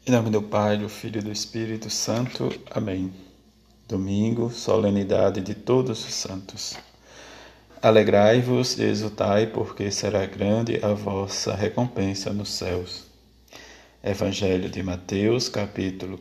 Em nome do Pai, do Filho e do Espírito Santo. Amém. Domingo, solenidade de todos os santos. Alegrai-vos e exultai, porque será grande a vossa recompensa nos céus. Evangelho de Mateus, capítulo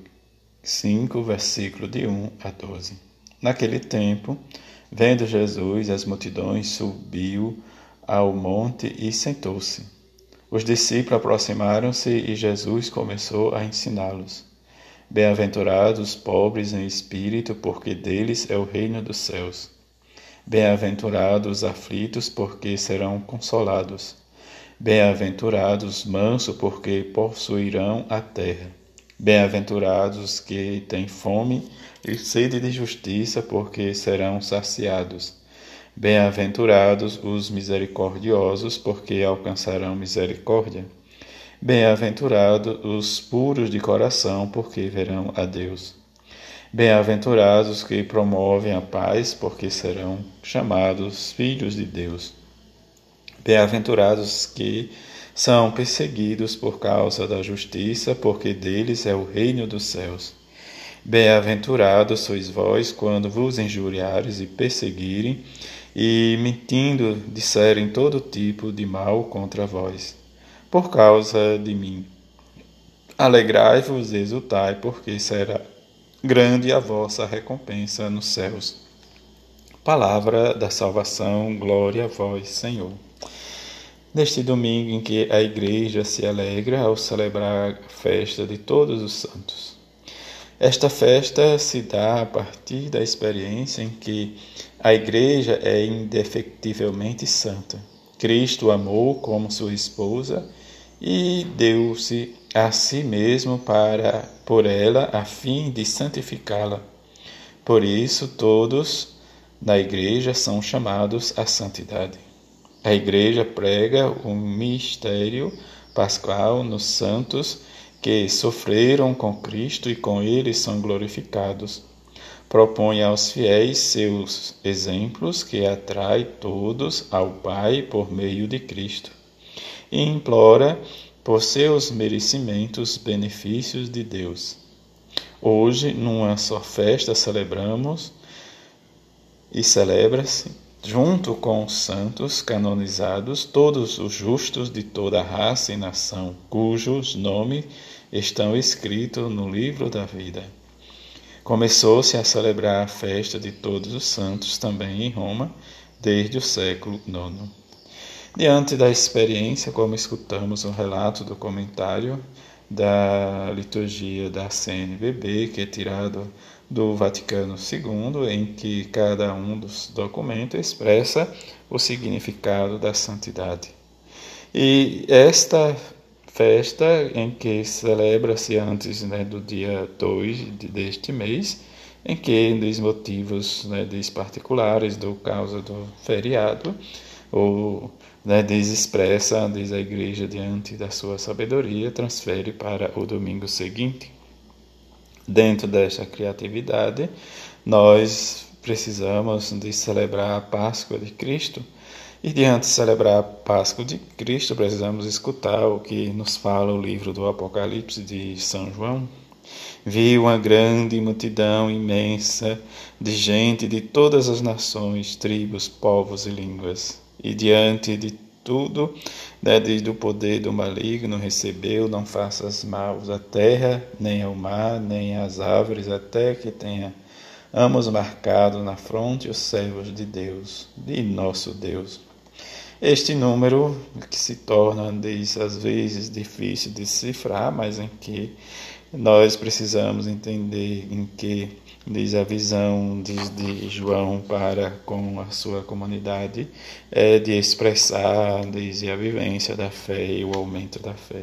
5, versículo de 1 a 12. Naquele tempo, vendo Jesus as multidões, subiu ao monte e sentou-se. Os discípulos aproximaram-se e Jesus começou a ensiná-los. Bem-aventurados os pobres em espírito, porque deles é o reino dos céus. Bem-aventurados os aflitos, porque serão consolados. Bem-aventurados os mansos, porque possuirão a terra. Bem-aventurados os que têm fome e sede de justiça, porque serão saciados. Bem-aventurados os misericordiosos, porque alcançarão misericórdia. Bem-aventurados os puros de coração, porque verão a Deus. Bem-aventurados os que promovem a paz, porque serão chamados filhos de Deus. Bem-aventurados os que são perseguidos por causa da justiça, porque deles é o reino dos céus. Bem-aventurados sois vós, quando vos injuriares e perseguirem, e mentindo disserem todo tipo de mal contra vós, por causa de mim. Alegrai-vos e exultai, porque será grande a vossa recompensa nos céus. Palavra da salvação, glória a vós, Senhor. Neste domingo em que a Igreja se alegra ao celebrar a festa de todos os santos. Esta festa se dá a partir da experiência em que a Igreja é indefectivelmente santa. Cristo amou como sua esposa e deu-se a si mesmo por ela a fim de santificá-la. Por isso, todos na Igreja são chamados à santidade. A Igreja prega o mistério pascual nos santos que sofreram com Cristo e com ele são glorificados. Propõe aos fiéis seus exemplos que atrai todos ao Pai por meio de Cristo e implora por seus merecimentos benefícios de Deus. Hoje, numa só festa, celebramos e celebra-se, junto com os santos canonizados, todos os justos de toda raça e nação, cujos nomes estão escritos no livro da vida. Começou-se a celebrar a festa de todos os santos também em Roma, desde o século IX. Diante da experiência, como escutamos o relato do comentário da liturgia da CNBB, que é tirado do Vaticano II, em que cada um dos documentos expressa o significado da santidade. E esta festa, em que celebra-se antes do dia 2 deste mês, em que, dos motivos diz particulares, do causa do feriado, ou expressa, diz a Igreja, diante da sua sabedoria, transfere para o domingo seguinte. Dentro desta criatividade, nós precisamos de celebrar a Páscoa de Cristo, e diante de celebrar a Páscoa de Cristo, precisamos escutar o que nos fala o livro do Apocalipse de São João. Vi uma grande multidão imensa de gente de todas as nações, tribos, povos e línguas. E diante de tudo, do poder do maligno recebeu, não faças mal à terra, nem ao mar, nem às árvores, até que tenha ambos marcados na fronte os servos de Deus, de nosso Deus. Este número, que se torna, às vezes difícil de decifrar, mas em que nós precisamos entender em que diz a visão de João para com a sua comunidade é de expressar a vivência da fé e o aumento da fé.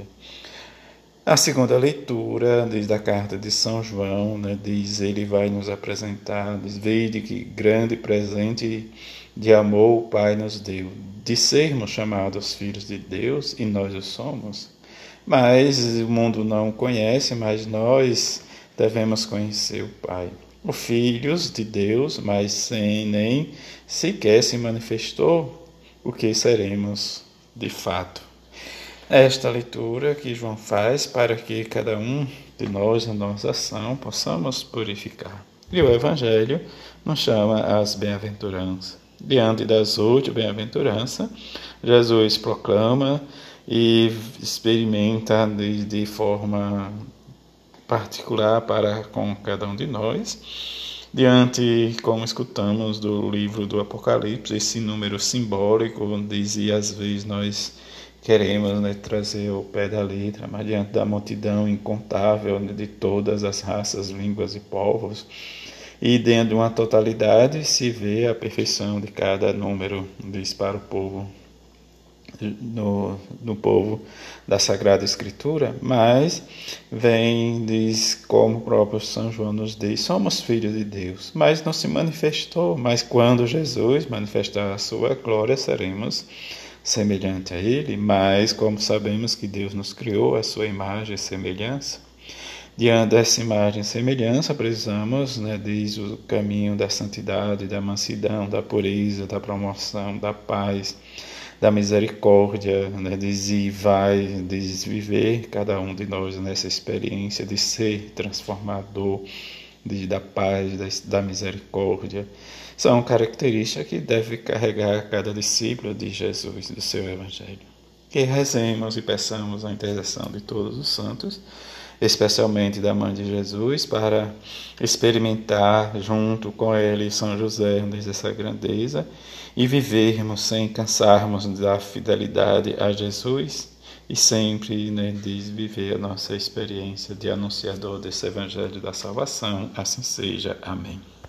A segunda leitura, da carta de São João, ele vai nos apresentar, vede que grande presente de amor o Pai nos deu, de sermos chamados filhos de Deus, e nós o somos. Mas o mundo não conhece, mas nós devemos conhecer o Pai. Os filhos de Deus, mas sem nem sequer se manifestou o que seremos de fato. esta leitura que João faz para que cada um de nós, na nossa ação, possamos purificar. E o Evangelho nos chama às bem-aventuranças. Diante das 8 bem-aventuranças, Jesus proclama e experimenta de forma particular para com cada um de nós. Diante, como escutamos do livro do Apocalipse, esse número simbólico dizia às vezes nós queremos, né, trazer o pé da letra, mas diante da multidão incontável, né, de todas as raças, línguas e povos, e dentro de uma totalidade se vê a perfeição de cada número, diz para o povo, no povo da Sagrada Escritura, mas vem, diz, como o próprio São João nos diz, somos filhos de Deus, mas não se manifestou, mas quando Jesus manifestar a sua glória, seremos semelhante a Ele, mas como sabemos que Deus nos criou a sua imagem e semelhança, diante dessa imagem e semelhança, precisamos, né, diz o caminho da santidade, da mansidão, da pureza, da promoção, da paz, da misericórdia, né, diz viver cada um de nós nessa experiência de ser transformador, da paz, da misericórdia. São características que deve carregar cada discípulo de Jesus, do seu Evangelho. Que rezemos e peçamos a intercessão de todos os santos, especialmente da Mãe de Jesus, para experimentar junto com ele São José dessa grandeza e vivermos sem cansarmos da fidelidade a Jesus e sempre, né, viver a nossa experiência de anunciador desse Evangelho da salvação. Assim seja. Amém.